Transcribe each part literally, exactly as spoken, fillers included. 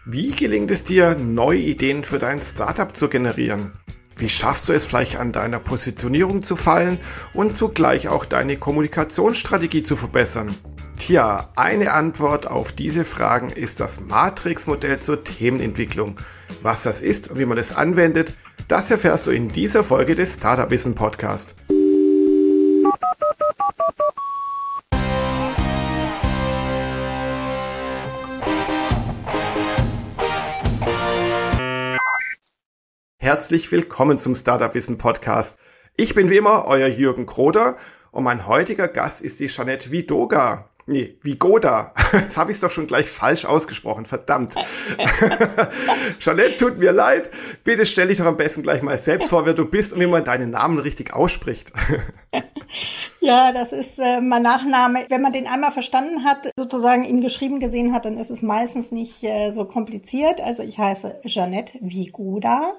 Wie gelingt es dir, neue Ideen für dein Startup zu generieren? Wie schaffst du es vielleicht an deiner Positionierung zu feilen und zugleich auch deine Kommunikationsstrategie zu verbessern? Tja, eine Antwort auf diese Fragen ist das Matrix-Modell zur Themenentwicklung. Was das ist und wie man es anwendet, das erfährst du in dieser Folge des Startup Wissen Podcast. Herzlich willkommen zum Startup Wissen Podcast. Ich bin wie immer euer Jürgen Kroder und mein heutiger Gast ist die Jeanette Vidoga. Nee, Vigoda. Das habe ich doch schon gleich falsch ausgesprochen, verdammt. Jeanette, tut mir leid. Bitte stell dich doch am besten gleich mal selbst vor, wer du bist und wie man deinen Namen richtig ausspricht. Ja, das ist äh, mein Nachname. Wenn man den einmal verstanden hat, sozusagen ihn geschrieben gesehen hat, dann ist es meistens nicht äh, so kompliziert. Also ich heiße Jeanette Vigoda.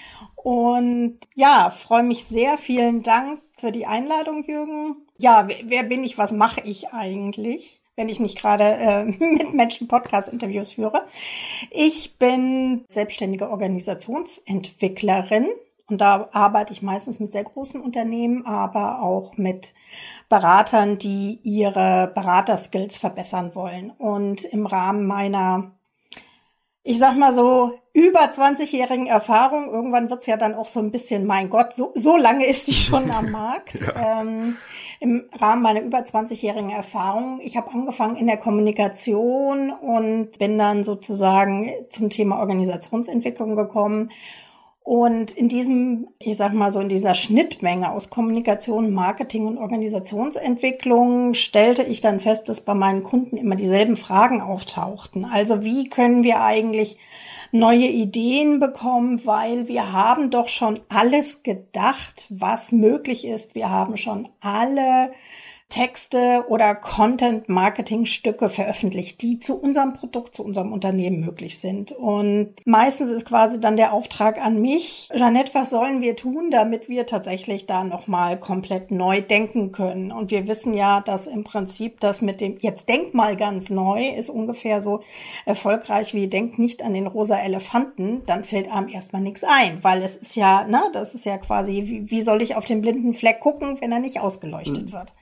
Und ja, freue mich sehr. Vielen Dank für die Einladung, Jürgen. Ja, wer, wer bin ich, was mache ich eigentlich, wenn ich nicht gerade äh, mit Menschen Podcast-Interviews führe? Ich bin selbstständige Organisationsentwicklerin und da arbeite ich meistens mit sehr großen Unternehmen, aber auch mit Beratern, die ihre Beraterskills verbessern wollen. Und im Rahmen meiner, ich sag mal so, über zwanzigjährigen Erfahrung, irgendwann wird's ja dann auch so ein bisschen, mein Gott, so, so lange ist die schon am Markt. Ja. Ähm, im Rahmen meiner über zwanzigjährigen Erfahrung. Ich habe angefangen in der Kommunikation und bin dann sozusagen zum Thema Organisationsentwicklung gekommen. Und in diesem, ich sag mal so, in dieser Schnittmenge aus Kommunikation, Marketing und Organisationsentwicklung stellte ich dann fest, dass bei meinen Kunden immer dieselben Fragen auftauchten. Also wie können wir eigentlich neue Ideen bekommen, weil wir haben doch schon alles gedacht, was möglich ist. Wir haben schon alle Texte oder Content-Marketing-Stücke veröffentlicht, die zu unserem Produkt, zu unserem Unternehmen möglich sind. Und meistens ist quasi dann der Auftrag an mich, Jeanette, was sollen wir tun, damit wir tatsächlich da nochmal komplett neu denken können? Und wir wissen ja, dass im Prinzip das mit dem jetzt denk mal ganz neu ist ungefähr so erfolgreich wie denkt nicht an den rosa Elefanten, dann fällt einem erstmal nichts ein, weil es ist ja, ne, das ist ja quasi, wie, wie soll ich auf den blinden Fleck gucken, wenn er nicht ausgeleuchtet mhm. wird?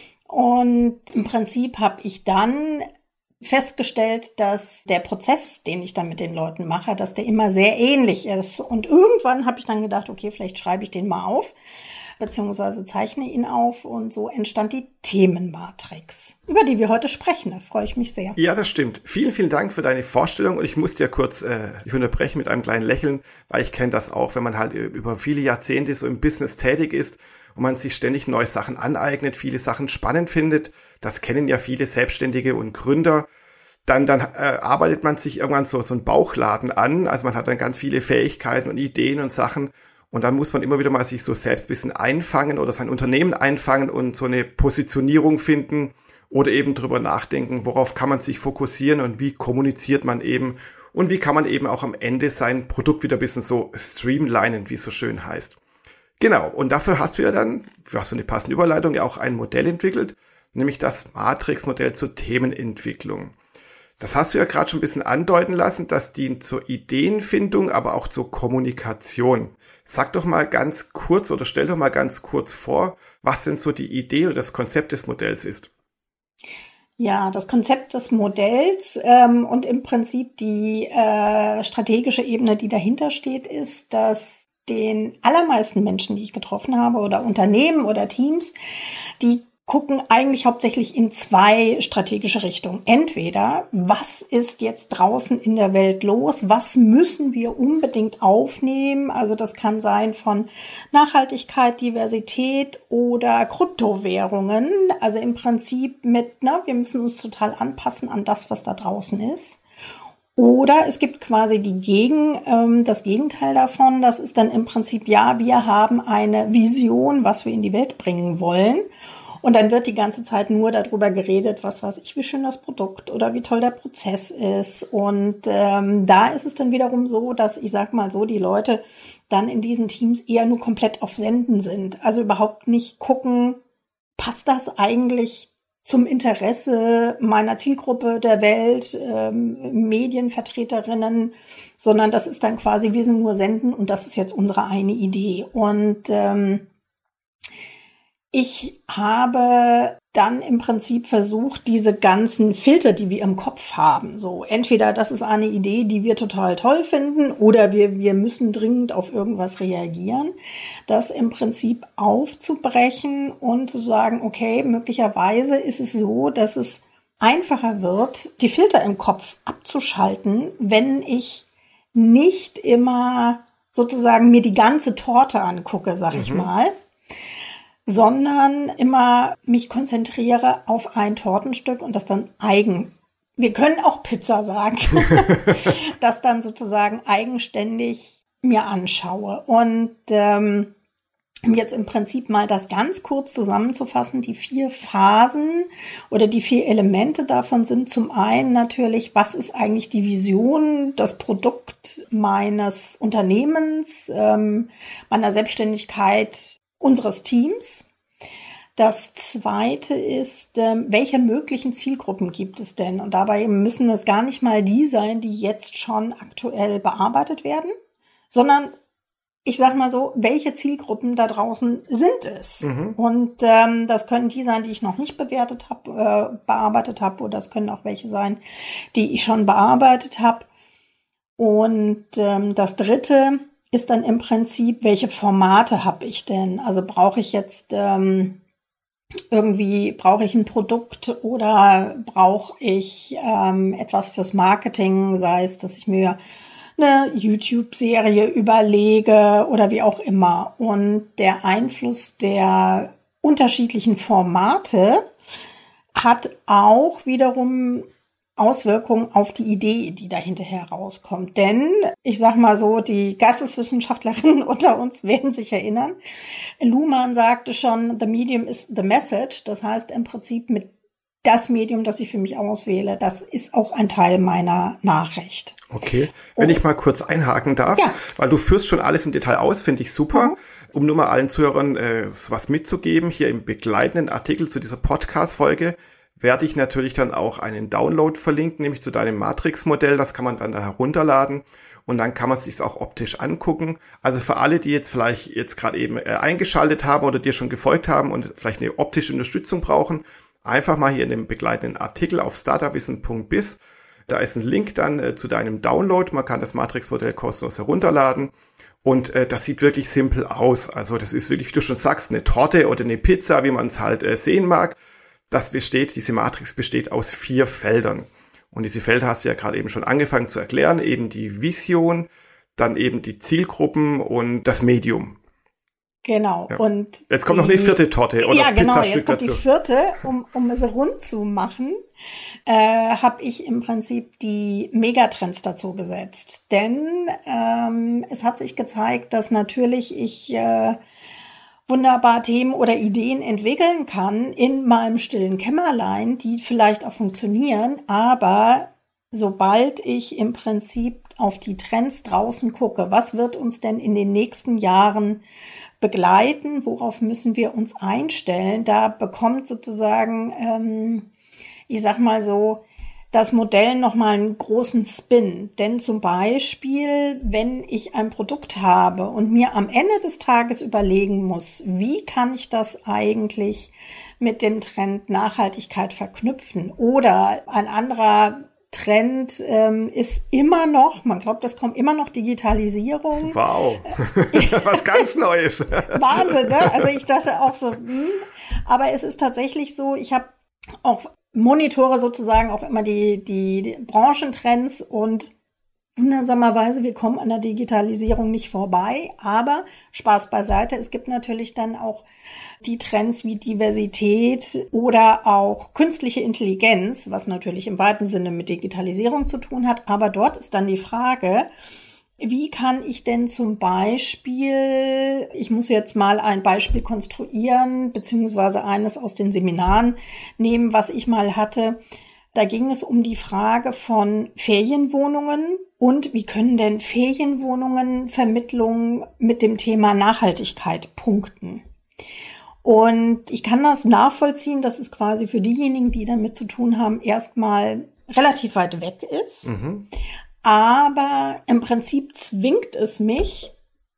Und im Prinzip habe ich dann festgestellt, dass der Prozess, den ich dann mit den Leuten mache, dass der immer sehr ähnlich ist. Und irgendwann habe ich dann gedacht, okay, vielleicht schreibe ich den mal auf, beziehungsweise zeichne ihn auf. Und so entstand die Themenmatrix, über die wir heute sprechen. Da freue ich mich sehr. Ja, das stimmt. Vielen, vielen Dank für deine Vorstellung. Und ich muss dir kurz äh, dich unterbrechen mit einem kleinen Lächeln, weil ich kenne das auch, wenn man halt über viele Jahrzehnte so im Business tätig ist, und man sich ständig neue Sachen aneignet, viele Sachen spannend findet. Das kennen ja viele Selbstständige und Gründer. Dann, dann äh, arbeitet man sich irgendwann so, so einen Bauchladen an. Also man hat dann ganz viele Fähigkeiten und Ideen und Sachen. Und dann muss man immer wieder mal sich so selbst ein bisschen einfangen oder sein Unternehmen einfangen und so eine Positionierung finden oder eben drüber nachdenken, worauf kann man sich fokussieren und wie kommuniziert man eben und wie kann man eben auch am Ende sein Produkt wieder ein bisschen so streamlinen, wie es so schön heißt. Genau, und dafür hast du ja dann, für hast du eine passende Überleitung, ja auch ein Modell entwickelt, nämlich das Matrix-Modell zur Themenentwicklung. Das hast du ja gerade schon ein bisschen andeuten lassen, das dient zur Ideenfindung, aber auch zur Kommunikation. Sag doch mal ganz kurz oder stell doch mal ganz kurz vor, was denn so die Idee oder das Konzept des Modells ist. Ja, das Konzept des Modells ähm, und im Prinzip die äh, strategische Ebene, die dahinter steht, ist, dass den allermeisten Menschen, die ich getroffen habe oder Unternehmen oder Teams, die gucken eigentlich hauptsächlich in zwei strategische Richtungen. Entweder, was ist jetzt draußen in der Welt los? Was müssen wir unbedingt aufnehmen? Also das kann sein von Nachhaltigkeit, Diversität oder Kryptowährungen. Also im Prinzip mit, ne, wir müssen uns total anpassen an das, was da draußen ist. Oder es gibt quasi die Gegen, ähm, das Gegenteil davon. Das ist dann im Prinzip, ja, wir haben eine Vision, was wir in die Welt bringen wollen. Und dann wird die ganze Zeit nur darüber geredet, was weiß ich, wie schön das Produkt oder wie toll der Prozess ist. Und ähm, da ist es dann wiederum so, dass, ich sag mal so, die Leute dann in diesen Teams eher nur komplett auf Senden sind. Also überhaupt nicht gucken, passt das eigentlich zum Interesse meiner Zielgruppe der Welt, ähm, Medienvertreterinnen, sondern das ist dann quasi, wir sind nur senden und das ist jetzt unsere eine Idee. Und ähm, ich habe dann im Prinzip versucht, diese ganzen Filter, die wir im Kopf haben, so entweder das ist eine Idee, die wir total toll finden, oder wir wir müssen dringend auf irgendwas reagieren, das im Prinzip aufzubrechen und zu sagen, okay, möglicherweise ist es so, dass es einfacher wird, die Filter im Kopf abzuschalten, wenn ich nicht immer sozusagen mir die ganze Torte angucke, sag ich mhm. mal, sondern immer mich konzentriere auf ein Tortenstück und das dann eigen, wir können auch Pizza sagen, das dann sozusagen eigenständig mir anschaue. Und ähm, um jetzt im Prinzip mal das ganz kurz zusammenzufassen, die vier Phasen oder die vier Elemente davon sind zum einen natürlich, was ist eigentlich die Vision, das Produkt meines Unternehmens, ähm, meiner Selbstständigkeit, unseres Teams. Das zweite ist, ähm, welche möglichen Zielgruppen gibt es denn? Und dabei müssen es gar nicht mal die sein, die jetzt schon aktuell bearbeitet werden, sondern ich sag mal so, welche Zielgruppen da draußen sind es? Mhm. Und ähm, das können die sein, die ich noch nicht bewertet habe, äh, bearbeitet habe, oder das können auch welche sein, die ich schon bearbeitet habe. Und ähm, das dritte ist dann im Prinzip, welche Formate habe ich denn? Also brauche ich jetzt ähm, irgendwie, brauche ich ein Produkt oder brauche ich ähm, etwas fürs Marketing, sei es, dass ich mir eine YouTube-Serie überlege oder wie auch immer. Und der Einfluss der unterschiedlichen Formate hat auch wiederum Auswirkungen auf die Idee, die dahinter herauskommt. Denn, ich sag mal so, die Geisteswissenschaftlerinnen unter uns werden sich erinnern, Luhmann sagte schon, the medium is the message. Das heißt im Prinzip, mit das Medium, das ich für mich auswähle, das ist auch ein Teil meiner Nachricht. Okay, wenn oh. ich mal kurz einhaken darf, ja. weil du führst schon alles im Detail aus, finde ich super. Mhm. Um nur mal allen Zuhörern äh, was mitzugeben, hier im begleitenden Artikel zu dieser Podcast-Folge werde ich natürlich dann auch einen Download verlinken, nämlich zu deinem Matrix-Modell. Das kann man dann da herunterladen und dann kann man es sich auch optisch angucken. Also für alle, die jetzt vielleicht jetzt gerade eben äh, eingeschaltet haben oder dir schon gefolgt haben und vielleicht eine optische Unterstützung brauchen, einfach mal hier in dem begleitenden Artikel auf startupwissen punkt biz. Da ist ein Link dann äh, zu deinem Download. Man kann das Matrix-Modell kostenlos herunterladen. Und äh, das sieht wirklich simpel aus. Also das ist wirklich, wie du schon sagst, eine Torte oder eine Pizza, wie man es halt äh, sehen mag. Das besteht, diese Matrix besteht aus vier Feldern. Und diese Felder hast du ja gerade eben schon angefangen zu erklären. Eben die Vision, dann eben die Zielgruppen und das Medium. Genau. Ja. Und jetzt kommt die, noch eine vierte Torte oder ja, genau. Pizzastück Jetzt kommt dazu. Die vierte, um um es rund zu machen, äh, habe ich im Prinzip die Megatrends dazu gesetzt. Denn ähm, es hat sich gezeigt, dass natürlich ich äh, wunderbar Themen oder Ideen entwickeln kann in meinem stillen Kämmerlein, die vielleicht auch funktionieren, aber sobald ich im Prinzip auf die Trends draußen gucke, was wird uns denn in den nächsten Jahren begleiten, worauf müssen wir uns einstellen, da bekommt sozusagen, ähm, ich sag mal so, das Modell nochmal einen großen Spin. Denn zum Beispiel, wenn ich ein Produkt habe und mir am Ende des Tages überlegen muss, wie kann ich das eigentlich mit dem Trend Nachhaltigkeit verknüpfen? Oder ein anderer Trend ähm, ist immer noch, man glaubt, es kommt immer noch Digitalisierung. Wow, was ganz Neues. Wahnsinn, ne? Also ich dachte auch so, hm. Aber es ist tatsächlich so, ich habe auch monitore sozusagen auch immer die, die, die Branchentrends und wundersamerweise, wir kommen an der Digitalisierung nicht vorbei, aber Spaß beiseite, es gibt natürlich dann auch die Trends wie Diversität oder auch künstliche Intelligenz, was natürlich im weiten Sinne mit Digitalisierung zu tun hat, aber dort ist dann die Frage, wie kann ich denn zum Beispiel, ich muss jetzt mal ein Beispiel konstruieren, beziehungsweise eines aus den Seminaren nehmen, was ich mal hatte. Da ging es um die Frage von Ferienwohnungen und wie können denn Ferienwohnungen Vermittlung mit dem Thema Nachhaltigkeit punkten. Und ich kann das nachvollziehen, dass es quasi für diejenigen, die damit zu tun haben, erstmal relativ weit weg ist. Mhm. Aber im Prinzip zwingt es mich,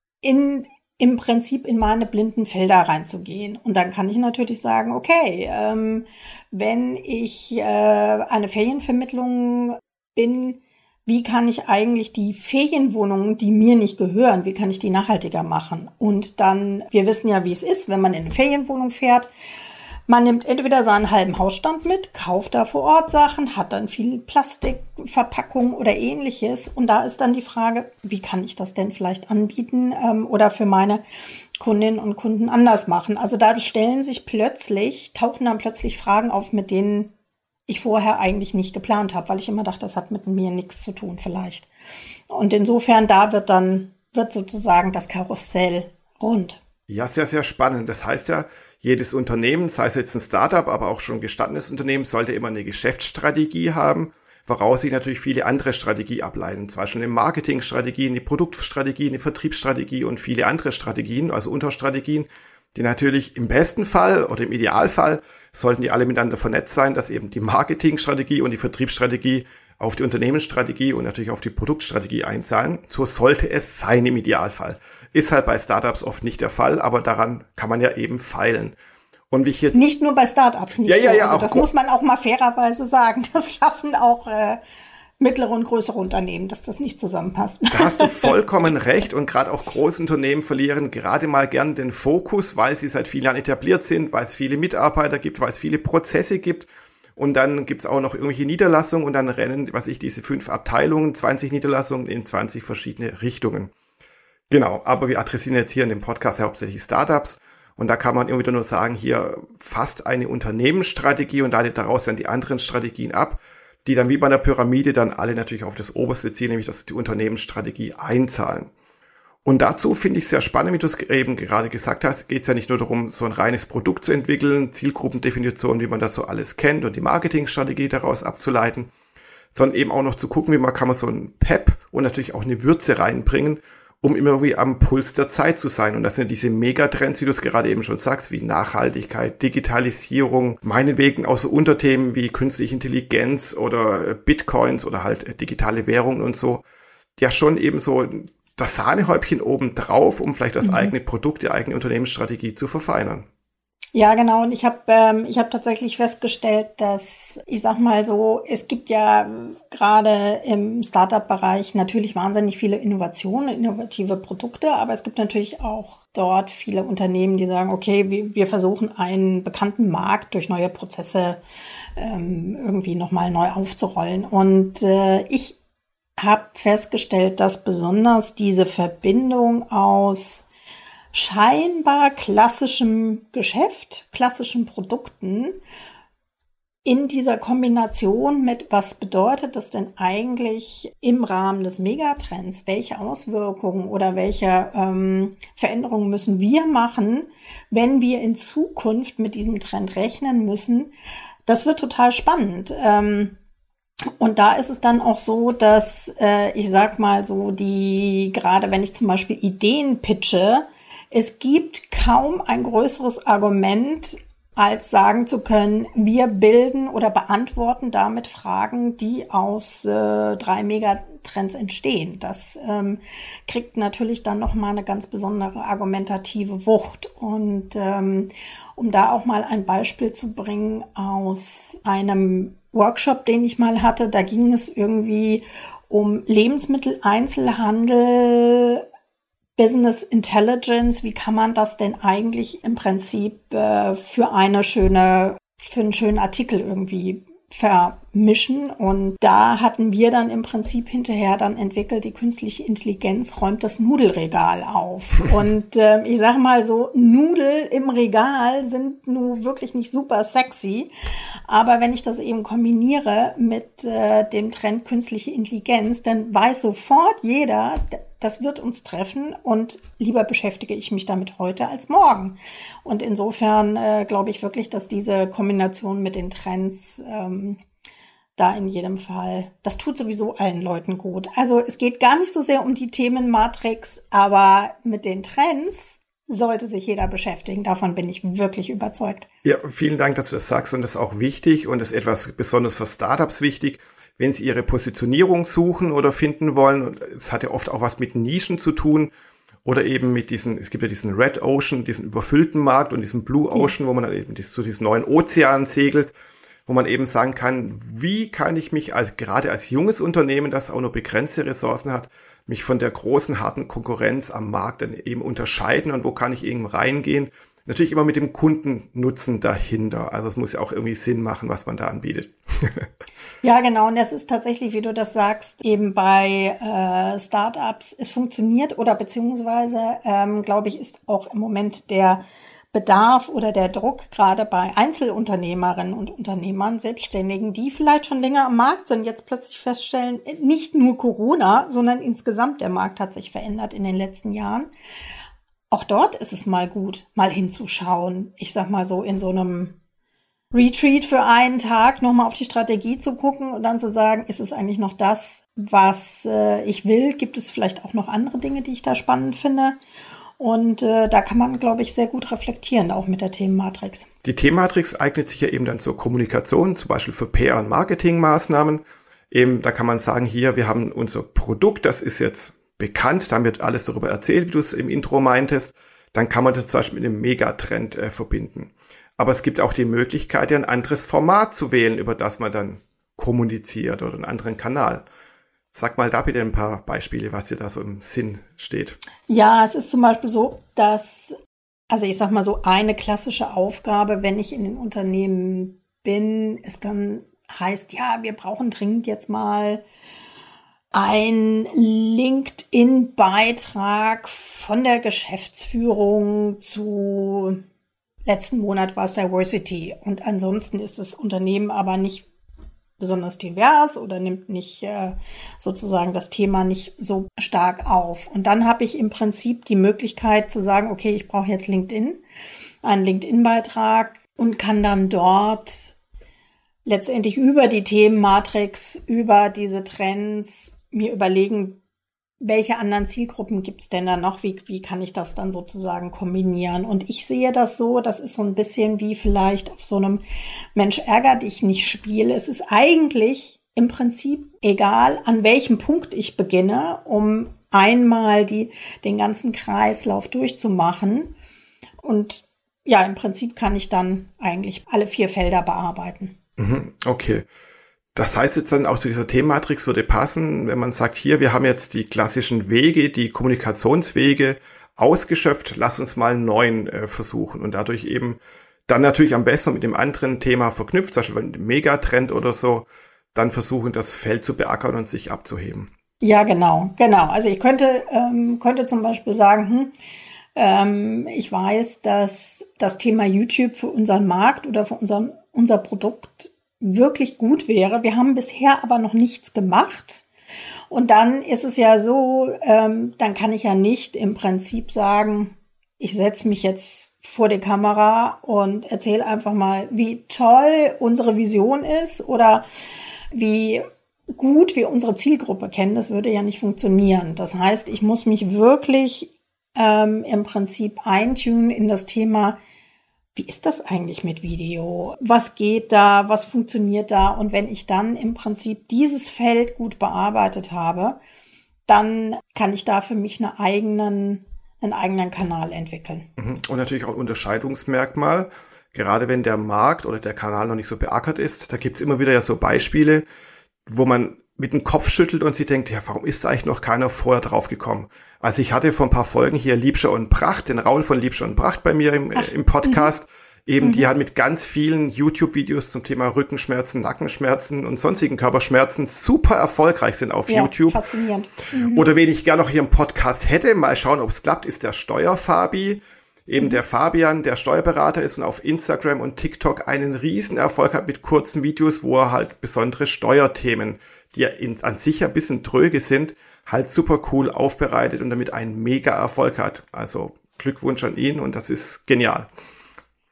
in im Prinzip in meine blinden Felder reinzugehen. Und dann kann ich natürlich sagen, okay, ähm, wenn ich äh, eine Ferienvermittlung bin, wie kann ich eigentlich die Ferienwohnungen, die mir nicht gehören, wie kann ich die nachhaltiger machen? Und dann, wir wissen ja, wie es ist, wenn man in eine Ferienwohnung fährt. Man nimmt entweder seinen halben Hausstand mit, kauft da vor Ort Sachen, hat dann viel Plastikverpackung oder ähnliches. Und da ist dann die Frage, wie kann ich das denn vielleicht anbieten ähm, oder für meine Kundinnen und Kunden anders machen? Also da stellen sich plötzlich, tauchen dann plötzlich Fragen auf, mit denen ich vorher eigentlich nicht geplant habe, weil ich immer dachte, das hat mit mir nichts zu tun vielleicht. Und insofern, da wird dann, wird sozusagen das Karussell rund. Ja, sehr, sehr spannend. Das heißt ja, jedes Unternehmen, sei es jetzt ein Startup, aber auch schon ein gestandenes Unternehmen, sollte immer eine Geschäftsstrategie haben, woraus sich natürlich viele andere Strategien ableiten. Zum Beispiel eine Marketingstrategie, eine Produktstrategie, eine Vertriebsstrategie und viele andere Strategien, also Unterstrategien, die natürlich im besten Fall oder im Idealfall sollten die alle miteinander vernetzt sein, dass eben die Marketingstrategie und die Vertriebsstrategie auf die Unternehmensstrategie und natürlich auf die Produktstrategie einzahlen. So sollte es sein im Idealfall. Ist halt bei Startups oft nicht der Fall, aber daran kann man ja eben feilen. Und wie ich jetzt nicht nur bei Startups, nicht ja, so. Ja, ja, also auch das muss man auch mal fairerweise sagen. Das schaffen auch äh, mittlere und größere Unternehmen, dass das nicht zusammenpasst. Da hast du vollkommen recht. Und gerade auch große Unternehmen verlieren gerade mal gern den Fokus, weil sie seit vielen Jahren etabliert sind, weil es viele Mitarbeiter gibt, weil es viele Prozesse gibt. Und dann gibt's auch noch irgendwelche Niederlassungen und dann rennen, was ich, diese fünf Abteilungen, zwanzig Niederlassungen in zwanzig verschiedene Richtungen. Genau, aber wir adressieren jetzt hier in dem Podcast hauptsächlich Startups. Und da kann man immer wieder nur sagen, hier fasst eine Unternehmensstrategie und leitet daraus dann die anderen Strategien ab, die dann wie bei einer Pyramide dann alle natürlich auf das oberste Ziel, nämlich das die Unternehmensstrategie einzahlen. Und dazu finde ich sehr spannend, wie du es eben gerade gesagt hast, geht es ja nicht nur darum, so ein reines Produkt zu entwickeln, Zielgruppendefinition, wie man das so alles kennt und die Marketingstrategie daraus abzuleiten, sondern eben auch noch zu gucken, wie man kann man so ein Pep und natürlich auch eine Würze reinbringen, um immer irgendwie am Puls der Zeit zu sein. Und das sind diese Megatrends, wie du es gerade eben schon sagst, wie Nachhaltigkeit, Digitalisierung, meinetwegen auch so Unterthemen wie künstliche Intelligenz oder Bitcoins oder halt digitale Währungen und so, ja schon eben so das Sahnehäubchen oben drauf, um vielleicht das mhm. eigene Produkt, die eigene Unternehmensstrategie zu verfeinern. Ja, genau. Und ich habe ähm, ich habe tatsächlich festgestellt, dass, ich sag mal so, es gibt ja gerade im Startup-Bereich natürlich wahnsinnig viele Innovationen, innovative Produkte, aber es gibt natürlich auch dort viele Unternehmen, die sagen, okay, wir, wir versuchen einen bekannten Markt durch neue Prozesse ähm, irgendwie nochmal neu aufzurollen. Und äh, ich habe festgestellt, dass besonders diese Verbindung aus scheinbar klassischem Geschäft, klassischen Produkten in dieser Kombination mit, was bedeutet das denn eigentlich im Rahmen des Megatrends? Welche Auswirkungen oder welche ähm, Veränderungen müssen wir machen, wenn wir in Zukunft mit diesem Trend rechnen müssen? Das wird total spannend. Ähm, Und da ist es dann auch so, dass äh, ich sag mal so, die, gerade wenn ich zum Beispiel Ideen pitche, es gibt kaum ein größeres Argument, als sagen zu können, wir bilden oder beantworten damit Fragen, die aus äh, drei Megatrends entstehen. Das ähm, kriegt natürlich dann nochmal eine ganz besondere argumentative Wucht. Und ähm, um da auch mal ein Beispiel zu bringen aus einem Workshop, den ich mal hatte, da ging es irgendwie um Lebensmitteleinzelhandel, Business Intelligence, wie kann man das denn eigentlich im Prinzip äh, für eine schöne, für einen schönen Artikel irgendwie vermischen. Und da hatten wir dann im Prinzip hinterher dann entwickelt, die künstliche Intelligenz räumt das Nudelregal auf. Und äh, ich sage mal so, Nudel im Regal sind nun wirklich nicht super sexy. Aber wenn ich das eben kombiniere mit äh, dem Trend künstliche Intelligenz, dann weiß sofort jeder, das wird uns treffen und lieber beschäftige ich mich damit heute als morgen. Und insofern äh, glaube ich wirklich, dass diese Kombination mit den Trends ähm, da in jedem Fall, das tut sowieso allen Leuten gut. Also es geht gar nicht so sehr um die Themenmatrix, aber mit den Trends sollte sich jeder beschäftigen. Davon bin ich wirklich überzeugt. Ja, vielen Dank, dass du das sagst und das ist auch wichtig und das ist etwas besonders für Startups wichtig, wenn sie ihre Positionierung suchen oder finden wollen. Und es hat ja oft auch was mit Nischen zu tun oder eben mit diesen, es gibt ja diesen Red Ocean, diesen überfüllten Markt und diesen Blue Ocean, ja, wo man dann eben zu diesem neuen Ozean segelt, wo man eben sagen kann, wie kann ich mich als gerade als junges Unternehmen, das auch nur begrenzte Ressourcen hat, mich von der großen, harten Konkurrenz am Markt dann eben unterscheiden und wo kann ich eben reingehen? Natürlich immer mit dem Kundennutzen dahinter. Also es muss ja auch irgendwie Sinn machen, was man da anbietet. Ja, genau. Und das ist tatsächlich, wie du das sagst, eben bei äh, Startups, es funktioniert oder beziehungsweise, ähm, glaube ich, ist auch im Moment der Bedarf oder der Druck gerade bei Einzelunternehmerinnen und Unternehmern, Selbstständigen, die vielleicht schon länger am Markt sind, jetzt plötzlich feststellen, nicht nur Corona, sondern insgesamt der Markt hat sich verändert in den letzten Jahren. Auch dort ist es mal gut, mal hinzuschauen. Ich sag mal so in so einem Retreat für einen Tag nochmal auf die Strategie zu gucken und dann zu sagen, ist es eigentlich noch das, was äh, ich will? Gibt es vielleicht auch noch andere Dinge, die ich da spannend finde? Und äh, da kann man, glaube ich, sehr gut reflektieren, auch mit der Themenmatrix. Die Themenmatrix eignet sich ja eben dann zur Kommunikation, zum Beispiel für P R- und Marketingmaßnahmen. Eben, da kann man sagen, hier, wir haben unser Produkt, das ist jetzt bekannt, da wird alles darüber erzählt, wie du es im Intro meintest. Dann kann man das zum Beispiel mit einem Megatrend äh, verbinden. Aber es gibt auch die Möglichkeit, ja ein anderes Format zu wählen, über das man dann kommuniziert oder einen anderen Kanal. Sag mal da bitte ein paar Beispiele, was dir da so im Sinn steht. Ja, es ist zum Beispiel so, dass, also ich sag mal so, eine klassische Aufgabe, wenn ich in den Unternehmen bin, ist dann heißt, ja, wir brauchen dringend jetzt mal ein LinkedIn-Beitrag von der Geschäftsführung zu, letzten Monat war es Diversity. Und ansonsten ist das Unternehmen aber nicht besonders divers oder nimmt nicht äh, sozusagen das Thema nicht so stark auf. Und dann habe ich im Prinzip die Möglichkeit zu sagen, okay, ich brauche jetzt LinkedIn, einen LinkedIn-Beitrag und kann dann dort letztendlich über die Themenmatrix, über diese Trends mir überlegen, welche anderen Zielgruppen gibt's denn da noch? Wie, wie kann ich das dann sozusagen kombinieren? Und ich sehe das so, das ist so ein bisschen wie vielleicht auf so einem Mensch ärger dich nicht Spiel. Es ist eigentlich im Prinzip egal, an welchem Punkt ich beginne, um einmal die, den ganzen Kreislauf durchzumachen. Und ja, im Prinzip kann ich dann eigentlich alle vier Felder bearbeiten. Okay. Das heißt jetzt dann auch zu dieser Themenmatrix würde passen, wenn man sagt, hier, wir haben jetzt die klassischen Wege, die Kommunikationswege ausgeschöpft, lass uns mal einen neuen äh, versuchen und dadurch eben dann natürlich am besten mit dem anderen Thema verknüpft, zum Beispiel mit dem Megatrend oder so, dann versuchen, das Feld zu beackern und sich abzuheben. Ja, genau, genau. Also ich könnte, ähm, könnte zum Beispiel sagen, hm, ähm, ich weiß, dass das Thema YouTube für unseren Markt oder für unseren, unser Produkt wirklich gut wäre. Wir haben bisher aber noch nichts gemacht. Und dann ist es ja so, ähm, dann kann ich ja nicht im Prinzip sagen, ich setze mich jetzt vor die Kamera und erzähle einfach mal, wie toll unsere Vision ist oder wie gut wir unsere Zielgruppe kennen. Das würde ja nicht funktionieren. Das heißt, ich muss mich wirklich ähm, im Prinzip eintunen in das Thema, wie ist das eigentlich mit Video? Was geht da? Was funktioniert da? Und wenn ich dann im Prinzip dieses Feld gut bearbeitet habe, dann kann ich da für mich eine eigenen, einen eigenen Kanal entwickeln. Und natürlich auch ein Unterscheidungsmerkmal. Gerade wenn der Markt oder der Kanal noch nicht so beackert ist, da gibt's immer wieder ja so Beispiele, wo man mit dem Kopf schüttelt und sie denkt, ja, warum ist da eigentlich noch keiner vorher drauf gekommen? Also ich hatte vor ein paar Folgen hier Liebscher und Pracht, den Raul von Liebscher und Pracht bei mir im, Ach, im Podcast. M- Eben, m- die hat mit ganz vielen YouTube-Videos zum Thema Rückenschmerzen, Nackenschmerzen und sonstigen Körperschmerzen super erfolgreich sind auf ja, YouTube. Faszinierend. Mhm. Oder wen ich gerne noch hier im Podcast hätte, mal schauen, ob es klappt, ist der Steuerfabi. Eben mhm. der Fabian, der Steuerberater ist und auf Instagram und TikTok einen riesen Erfolg hat mit kurzen Videos, wo er halt besondere Steuerthemen, die ja in, an sich ein bisschen tröge sind, halt super cool aufbereitet und damit einen mega Erfolg hat. Also Glückwunsch an ihn und das ist genial.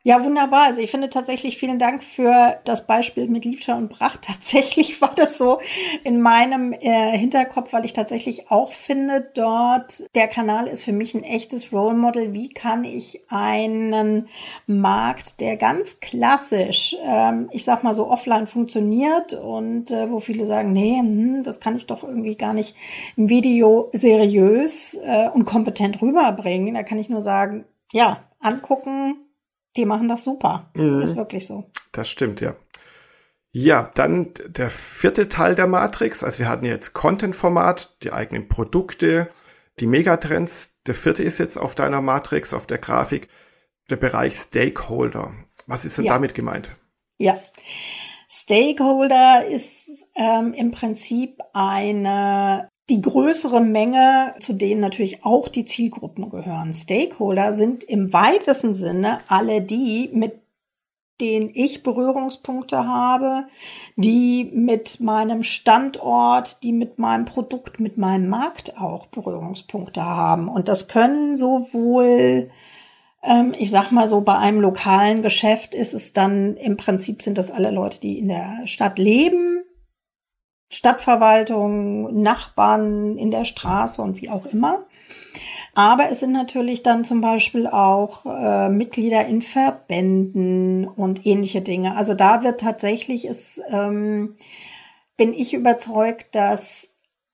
Ja, wunderbar. Also ich finde tatsächlich, vielen Dank für das Beispiel mit Liebscher und Brach. Tatsächlich war das so in meinem äh, Hinterkopf, weil ich tatsächlich auch finde, dort der Kanal ist für mich ein echtes Role Model. Wie kann ich einen Markt, der ganz klassisch, ähm, ich sag mal so offline funktioniert und äh, wo viele sagen, nee, hm, das kann ich doch irgendwie gar nicht im Video seriös äh, und kompetent rüberbringen. Da kann ich nur sagen, ja, angucken. Die machen das super. Mhm. Ist wirklich so. Das stimmt, ja. Ja, dann der vierte Teil der Matrix. Also wir hatten jetzt Content-Format, die eigenen Produkte, die Megatrends. Der vierte ist jetzt auf deiner Matrix, auf der Grafik, der Bereich Stakeholder. Was ist denn ja. damit gemeint? Ja, Stakeholder ist ähm, im Prinzip eine die größere Menge, zu denen natürlich auch die Zielgruppen gehören. Stakeholder sind im weitesten Sinne alle die, mit denen ich Berührungspunkte habe, die mit meinem Standort, die mit meinem Produkt, mit meinem Markt auch Berührungspunkte haben. Und das können sowohl, ähm, ich sag mal so, bei einem lokalen Geschäft ist es dann, im Prinzip sind das alle Leute, die in der Stadt leben, Stadtverwaltung, Nachbarn in der Straße und wie auch immer. Aber es sind natürlich dann zum Beispiel auch äh, Mitglieder in Verbänden und ähnliche Dinge. Also da wird tatsächlich, ist, ähm, bin ich überzeugt, dass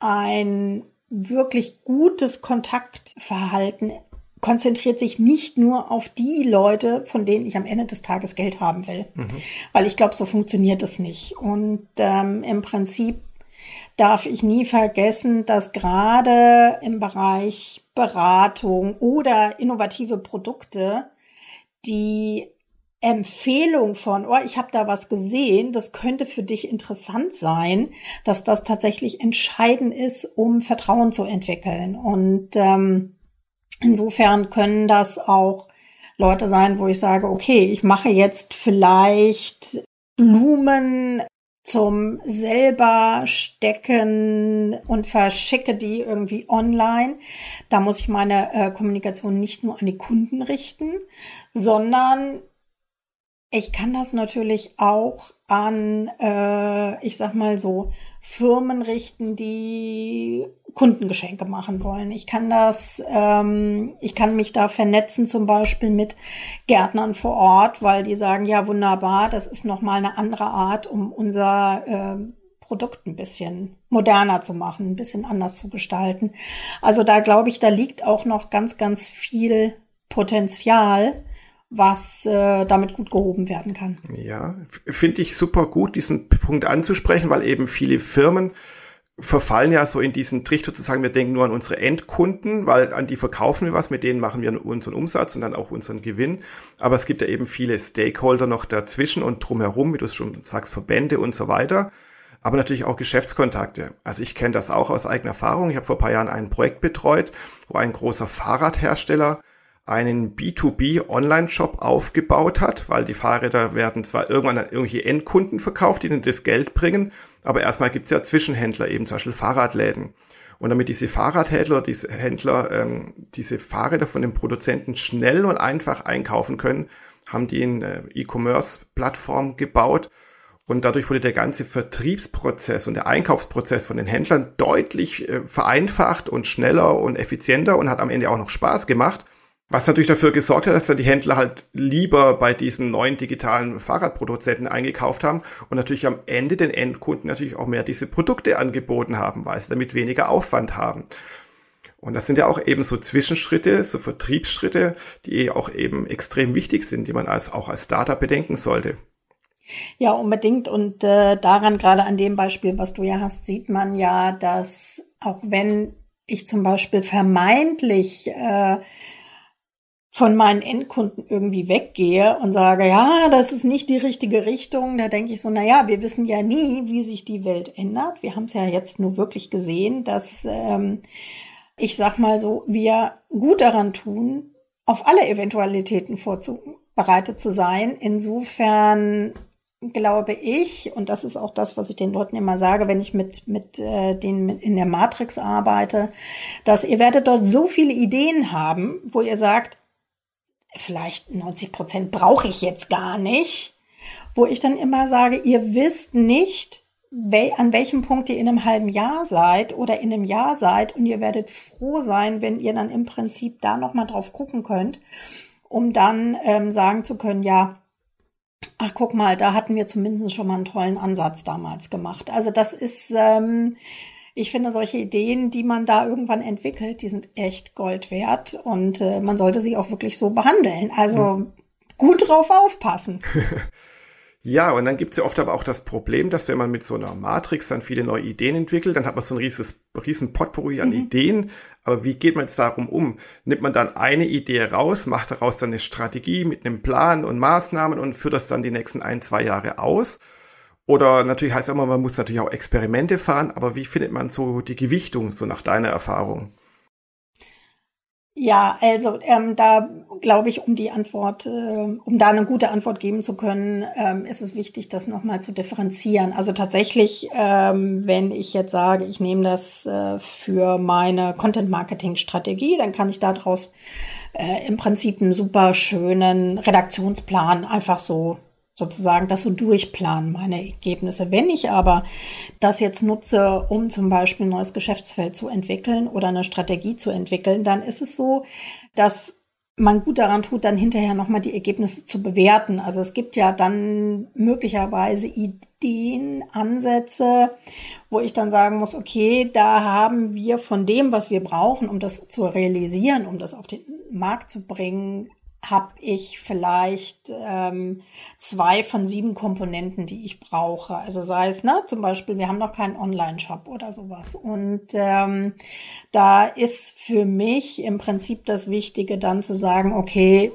ein wirklich gutes Kontaktverhalten konzentriert sich nicht nur auf die Leute, von denen ich am Ende des Tages Geld haben will. Mhm. Weil ich glaube, so funktioniert es nicht. Und ähm, im Prinzip darf ich nie vergessen, dass gerade im Bereich Beratung oder innovative Produkte die Empfehlung von, oh, ich habe da was gesehen, das könnte für dich interessant sein, dass das tatsächlich entscheidend ist, um Vertrauen zu entwickeln. Und ähm, insofern können das auch Leute sein, wo ich sage, okay, ich mache jetzt vielleicht Blumen zum selber stecken und verschicke die irgendwie online. Da muss ich meine äh, Kommunikation nicht nur an die Kunden richten, sondern ich kann das natürlich auch an, äh, ich sag mal so, Firmen richten, die Kundengeschenke machen wollen. Ich kann das, ähm, ich kann mich da vernetzen zum Beispiel mit Gärtnern vor Ort, weil die sagen, ja wunderbar, das ist nochmal eine andere Art, um unser äh, Produkt ein bisschen moderner zu machen, ein bisschen anders zu gestalten. Also da glaube ich, da liegt auch noch ganz, ganz viel Potenzial, was äh, damit gut gehoben werden kann. Ja, finde ich super gut, diesen Punkt anzusprechen, weil eben viele Firmen verfallen ja so in diesen Trichter zu sagen, wir denken nur an unsere Endkunden, weil an die verkaufen wir was, mit denen machen wir unseren Umsatz und dann auch unseren Gewinn. Aber es gibt ja eben viele Stakeholder noch dazwischen und drumherum, wie du es schon sagst, Verbände und so weiter. Aber natürlich auch Geschäftskontakte. Also ich kenne das auch aus eigener Erfahrung. Ich habe vor ein paar Jahren ein Projekt betreut, wo ein großer Fahrradhersteller einen B zwei B Online-Shop aufgebaut hat, weil die Fahrräder werden zwar irgendwann an irgendwelche Endkunden verkauft, die ihnen das Geld bringen, aber erstmal gibt es ja Zwischenhändler, eben zum Beispiel Fahrradläden. Und damit diese Fahrradhändler, diese Händler, ähm, diese Fahrräder von den Produzenten schnell und einfach einkaufen können, haben die eine E-Commerce-Plattform gebaut. Und dadurch wurde der ganze Vertriebsprozess und der Einkaufsprozess von den Händlern deutlich äh, vereinfacht und schneller und effizienter und hat am Ende auch noch Spaß gemacht. Was natürlich dafür gesorgt hat, dass dann die Händler halt lieber bei diesen neuen digitalen Fahrradproduzenten eingekauft haben und natürlich am Ende den Endkunden natürlich auch mehr diese Produkte angeboten haben, weil sie damit weniger Aufwand haben. Und das sind ja auch eben so Zwischenschritte, so Vertriebsschritte, die auch eben extrem wichtig sind, die man als auch als Startup bedenken sollte. Ja, unbedingt. Und äh, daran, gerade an dem Beispiel, was du ja hast, sieht man ja, dass auch wenn ich zum Beispiel vermeintlich äh, von meinen Endkunden irgendwie weggehe und sage, ja, das ist nicht die richtige Richtung, da denke ich so, na ja, wir wissen ja nie, wie sich die Welt ändert. Wir haben es ja jetzt nur wirklich gesehen, dass, ähm, ich sag mal so, wir gut daran tun, auf alle Eventualitäten vorbereitet zu sein. Insofern glaube ich, und das ist auch das, was ich den Leuten immer sage, wenn ich mit mit äh, denen in der Matrix arbeite, dass ihr werdet dort so viele Ideen haben, wo ihr sagt, vielleicht neunzig Prozent brauche ich jetzt gar nicht, wo ich dann immer sage, ihr wisst nicht, wel- an welchem Punkt ihr in einem halben Jahr seid oder in einem Jahr seid und ihr werdet froh sein, wenn ihr dann im Prinzip da nochmal drauf gucken könnt, um dann ähm, sagen zu können, ja, ach, guck mal, da hatten wir zumindest schon mal einen tollen Ansatz damals gemacht. Also das ist, ähm, ich finde, solche Ideen, die man da irgendwann entwickelt, die sind echt Gold wert und äh, man sollte sie auch wirklich so behandeln. Also hm. gut drauf aufpassen. Ja, und dann gibt es ja oft aber auch das Problem, dass wenn man mit so einer Matrix dann viele neue Ideen entwickelt, dann hat man so ein rieses, riesen Potpourri an mhm. Ideen. Aber wie geht man jetzt darum um? Nimmt man dann eine Idee raus, macht daraus dann eine Strategie mit einem Plan und Maßnahmen und führt das dann die nächsten ein, zwei Jahre aus? Oder natürlich heißt es immer, man muss natürlich auch Experimente fahren, aber wie findet man so die Gewichtung, so nach deiner Erfahrung? Ja, also ähm, da glaube ich, um die Antwort, äh, um da eine gute Antwort geben zu können, ähm, ist es wichtig, das nochmal zu differenzieren. Also tatsächlich, ähm, wenn ich jetzt sage, ich nehme das äh, für meine Content-Marketing-Strategie, dann kann ich daraus äh, im Prinzip einen super schönen Redaktionsplan einfach so sozusagen das so durchplanen, meine Ergebnisse. Wenn ich aber das jetzt nutze, um zum Beispiel ein neues Geschäftsfeld zu entwickeln oder eine Strategie zu entwickeln, dann ist es so, dass man gut daran tut, dann hinterher nochmal die Ergebnisse zu bewerten. Also es gibt ja dann möglicherweise Ideen, Ansätze, wo ich dann sagen muss, okay, da haben wir von dem, was wir brauchen, um das zu realisieren, um das auf den Markt zu bringen, habe ich vielleicht ähm, zwei von sieben Komponenten, die ich brauche. Also sei es, ne, zum Beispiel, wir haben noch keinen Online-Shop oder sowas. Und ähm, da ist für mich im Prinzip das Wichtige dann zu sagen, okay,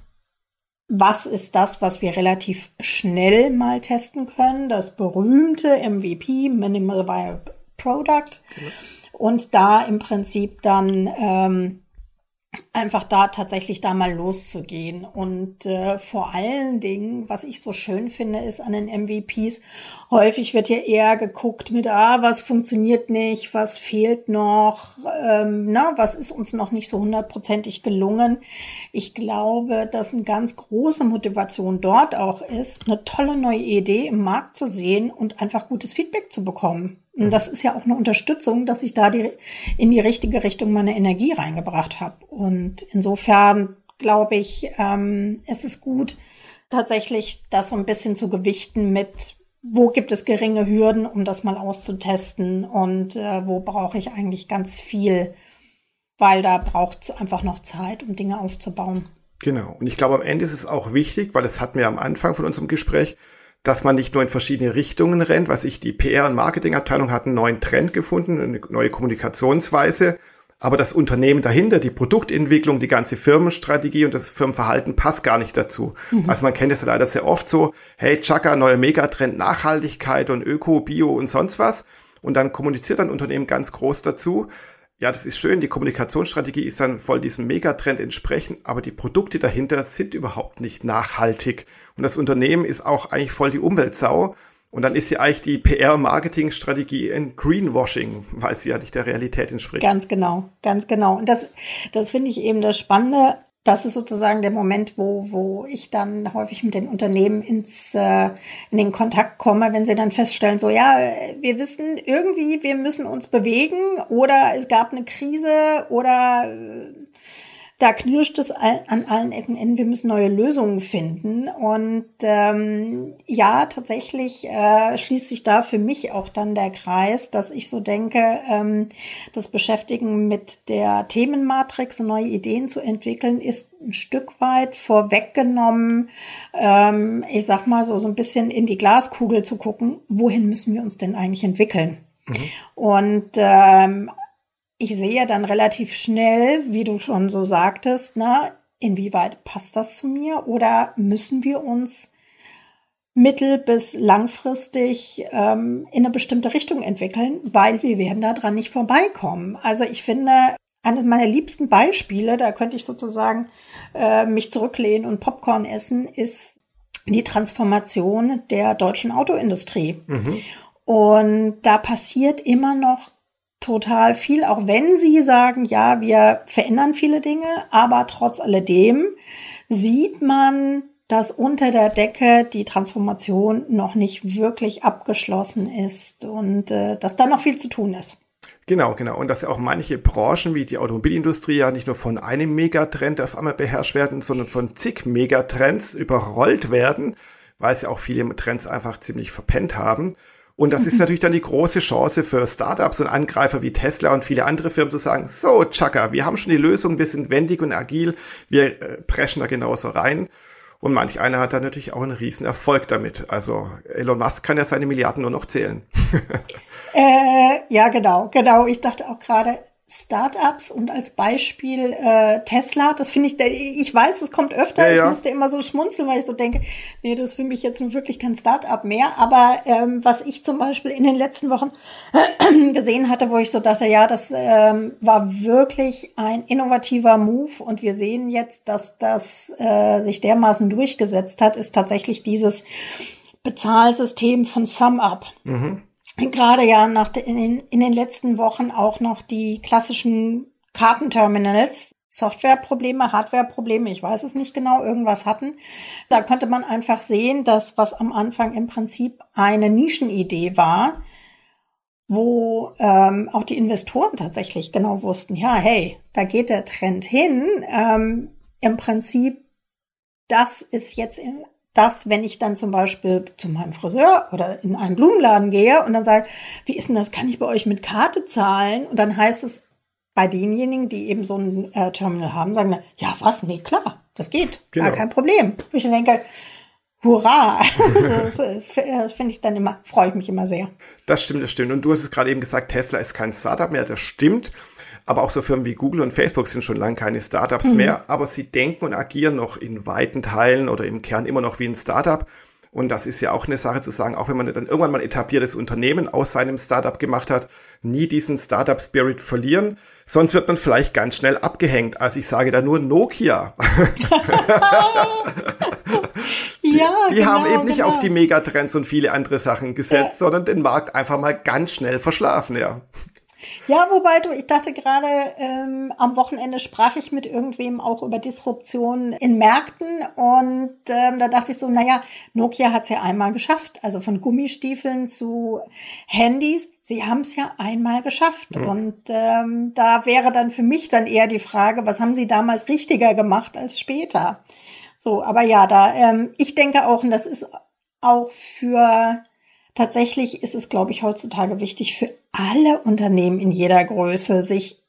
was ist das, was wir relativ schnell mal testen können? Das berühmte M V P, Minimal Viable Product. Ja. Und da im Prinzip dann ähm, einfach da tatsächlich da mal loszugehen. Und äh, vor allen Dingen, was ich so schön finde, ist an den M V Ps, häufig wird ja eher geguckt mit, ah, was funktioniert nicht, was fehlt noch, ähm, na, was ist uns noch nicht so hundertprozentig gelungen. Ich glaube, dass eine ganz große Motivation dort auch ist, eine tolle neue Idee im Markt zu sehen und einfach gutes Feedback zu bekommen. Und das ist ja auch eine Unterstützung, dass ich da die, in die richtige Richtung meine Energie reingebracht habe. Und insofern glaube ich, ähm, es ist gut, tatsächlich das so ein bisschen zu gewichten mit, wo gibt es geringe Hürden, um das mal auszutesten und äh, wo brauche ich eigentlich ganz viel, weil da braucht es einfach noch Zeit, um Dinge aufzubauen. Genau. Und ich glaube, am Ende ist es auch wichtig, weil das hatten wir am Anfang von unserem Gespräch, dass man nicht nur in verschiedene Richtungen rennt. Was ich, die P R- und Marketingabteilung hat einen neuen Trend gefunden, eine neue Kommunikationsweise. Aber das Unternehmen dahinter, die Produktentwicklung, die ganze Firmenstrategie und das Firmenverhalten passt gar nicht dazu. Mhm. Also man kennt es leider sehr oft so, hey, Chaka, neuer Megatrend, Nachhaltigkeit und Öko, Bio und sonst was. Und dann kommuniziert ein Unternehmen ganz groß dazu. Ja, das ist schön, die Kommunikationsstrategie ist dann voll diesem Megatrend entsprechend, aber die Produkte dahinter sind überhaupt nicht nachhaltig. Und das Unternehmen ist auch eigentlich voll die Umweltsau. Und dann ist ja eigentlich die P R-Marketing-Strategie ein Greenwashing, weil sie ja nicht der Realität entspricht. Ganz genau, ganz genau. Und das, das finde ich eben das Spannende. Das ist sozusagen der Moment, wo, wo ich dann häufig mit den Unternehmen ins, äh, in den Kontakt komme, wenn sie dann feststellen, so, ja, wir wissen irgendwie, wir müssen uns bewegen oder es gab eine Krise oder äh, da knirscht es an allen Ecken und Enden, wir müssen neue Lösungen finden. Und ähm, ja, tatsächlich äh, schließt sich da für mich auch dann der Kreis, dass ich so denke, ähm, das Beschäftigen mit der Themenmatrix und neue Ideen zu entwickeln, ist ein Stück weit vorweggenommen, ähm, ich sag mal so, so ein bisschen in die Glaskugel zu gucken, wohin müssen wir uns denn eigentlich entwickeln? Mhm. Und ähm, ich sehe dann relativ schnell, wie du schon so sagtest, na, inwieweit passt das zu mir oder müssen wir uns mittel- bis langfristig ähm, in eine bestimmte Richtung entwickeln, weil wir werden da dran nicht vorbeikommen. Also ich finde, eines meiner liebsten Beispiele, da könnte ich sozusagen äh, mich zurücklehnen und Popcorn essen, ist die Transformation der deutschen Autoindustrie. Mhm. Und da passiert immer noch total viel, auch wenn sie sagen, ja, wir verändern viele Dinge, aber trotz alledem sieht man, dass unter der Decke die Transformation noch nicht wirklich abgeschlossen ist und äh, dass da noch viel zu tun ist. Genau, genau. Und dass ja auch manche Branchen wie die Automobilindustrie ja nicht nur von einem Megatrend auf einmal beherrscht werden, sondern von zig Megatrends überrollt werden, weil sie auch viele Trends einfach ziemlich verpennt haben. Und das ist natürlich dann die große Chance für Startups und Angreifer wie Tesla und viele andere Firmen zu sagen, so, Chaka, wir haben schon die Lösung, wir sind wendig und agil, wir äh, preschen da genauso rein. Und manch einer hat da natürlich auch einen riesen Erfolg damit. Also Elon Musk kann ja seine Milliarden nur noch zählen. äh, ja, genau, genau. Ich dachte auch gerade Startups und als Beispiel äh, Tesla. Das finde ich, ich weiß, es kommt öfter. Ja, ja. Ich musste immer so schmunzeln, weil ich so denke, nee, das ist für mich jetzt nun wirklich kein Startup mehr. Aber ähm, was ich zum Beispiel in den letzten Wochen äh, gesehen hatte, wo ich so dachte, ja, das ähm, war wirklich ein innovativer Move. Und wir sehen jetzt, dass das äh, sich dermaßen durchgesetzt hat, ist tatsächlich dieses Bezahlsystem von SumUp. Mhm. Gerade ja nach de, in, den, in den letzten Wochen auch noch die klassischen Kartenterminals, Softwareprobleme, Hardwareprobleme, ich weiß es nicht genau, irgendwas hatten. Da konnte man einfach sehen, dass was am Anfang im Prinzip eine Nischenidee war, wo ähm, auch die Investoren tatsächlich genau wussten, ja, hey, da geht der Trend hin. Ähm, im Prinzip, das ist jetzt in dass, wenn ich dann zum Beispiel zu meinem Friseur oder in einen Blumenladen gehe und dann sage, wie ist denn das, kann ich bei euch mit Karte zahlen? Und dann heißt es bei denjenigen, die eben so ein äh, Terminal haben, sagen, dann, ja was, nee, klar, das geht, genau. Gar kein Problem. Und ich denke, hurra, also, das finde ich dann immer, freue ich mich immer sehr. Das stimmt, das stimmt. Und du hast es gerade eben gesagt, Tesla ist kein Startup mehr, das stimmt. Aber auch so Firmen wie Google und Facebook sind schon lange keine Startups mhm. mehr, aber sie denken und agieren noch in weiten Teilen oder im Kern immer noch wie ein Startup. Und das ist ja auch eine Sache zu sagen, auch wenn man dann irgendwann mal ein etabliertes Unternehmen aus seinem Startup gemacht hat, nie diesen Startup-Spirit verlieren, sonst wird man vielleicht ganz schnell abgehängt. Also ich sage da nur Nokia. die ja, die genau, haben eben nicht genau. auf die Megatrends und viele andere Sachen gesetzt, ja. sondern den Markt einfach mal ganz schnell verschlafen, ja. Ja, wobei du, ich dachte gerade, ähm, am Wochenende sprach ich mit irgendwem auch über Disruption in Märkten und ähm, da dachte ich so, naja, Nokia hat es ja einmal geschafft, also von Gummistiefeln zu Handys, sie haben es ja einmal geschafft mhm. und ähm, da wäre dann für mich dann eher die Frage, was haben sie damals richtiger gemacht als später? So, aber ja, da, ähm, ich denke auch, und das ist auch für Tatsächlich ist es, glaube ich, heutzutage wichtig für alle Unternehmen in jeder Größe, sich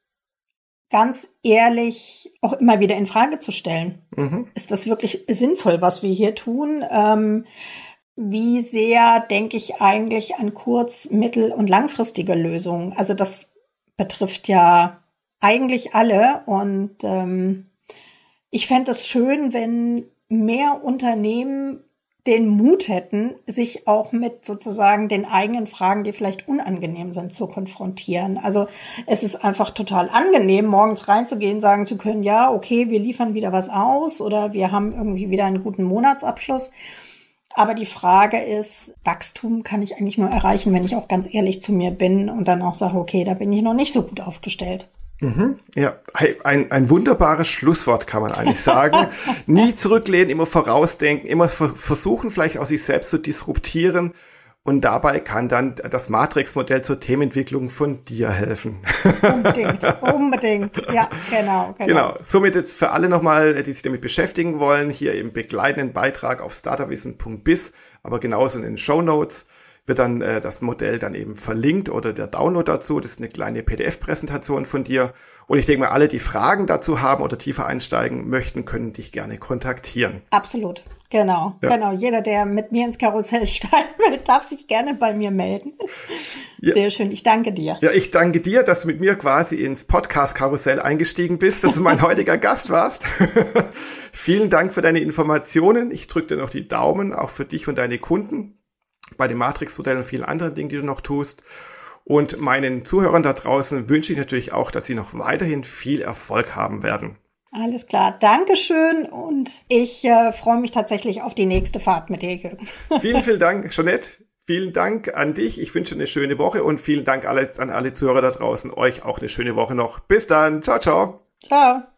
ganz ehrlich auch immer wieder in Frage zu stellen. Mhm. Ist das wirklich sinnvoll, was wir hier tun? Ähm, wie sehr denke ich eigentlich an kurz-, mittel- und langfristige Lösungen? Also das betrifft ja eigentlich alle. Und ähm, ich fände es schön, wenn mehr Unternehmen den Mut hätten, sich auch mit sozusagen den eigenen Fragen, die vielleicht unangenehm sind, zu konfrontieren. Also es ist einfach total angenehm, morgens reinzugehen, sagen zu können, ja, okay, wir liefern wieder was aus oder wir haben irgendwie wieder einen guten Monatsabschluss. Aber die Frage ist, Wachstum kann ich eigentlich nur erreichen, wenn ich auch ganz ehrlich zu mir bin und dann auch sage, okay, da bin ich noch nicht so gut aufgestellt. Mhm, ja, ein, ein wunderbares Schlusswort kann man eigentlich sagen. Nie zurücklehnen, immer vorausdenken, immer versuchen, vielleicht auch sich selbst zu disruptieren. Und dabei kann dann das Matrix-Modell zur Themenentwicklung von dir helfen. Unbedingt, unbedingt. Ja, genau, genau. Genau. Somit jetzt für alle nochmal, die sich damit beschäftigen wollen, hier im begleitenden Beitrag auf startupwissen punkt biz, aber genauso in den Shownotes wird dann äh, das Modell dann eben verlinkt oder der Download dazu. Das ist eine kleine P D F-Präsentation von dir. Und ich denke mal, alle, die Fragen dazu haben oder tiefer einsteigen möchten, können dich gerne kontaktieren. Absolut, genau. Ja. Genau. Jeder, der mit mir ins Karussell steigen will, darf sich gerne bei mir melden. Ja. Sehr schön, ich danke dir. Ja, ich danke dir, dass du mit mir quasi ins Podcast-Karussell eingestiegen bist, dass du mein heutiger Gast warst. Vielen Dank für deine Informationen. Ich drücke dir noch die Daumen, auch für dich und deine Kunden, bei dem Matrix-Modell und vielen anderen Dingen, die du noch tust. Und meinen Zuhörern da draußen wünsche ich natürlich auch, dass sie noch weiterhin viel Erfolg haben werden. Alles klar, Dankeschön und ich äh, freue mich tatsächlich auf die nächste Fahrt mit dir, Jürgen. Vielen, vielen Dank, Jeanette. Vielen Dank an dich. Ich wünsche eine schöne Woche und vielen Dank alle, an alle Zuhörer da draußen. Euch auch eine schöne Woche noch. Bis dann. Ciao, ciao. Ciao.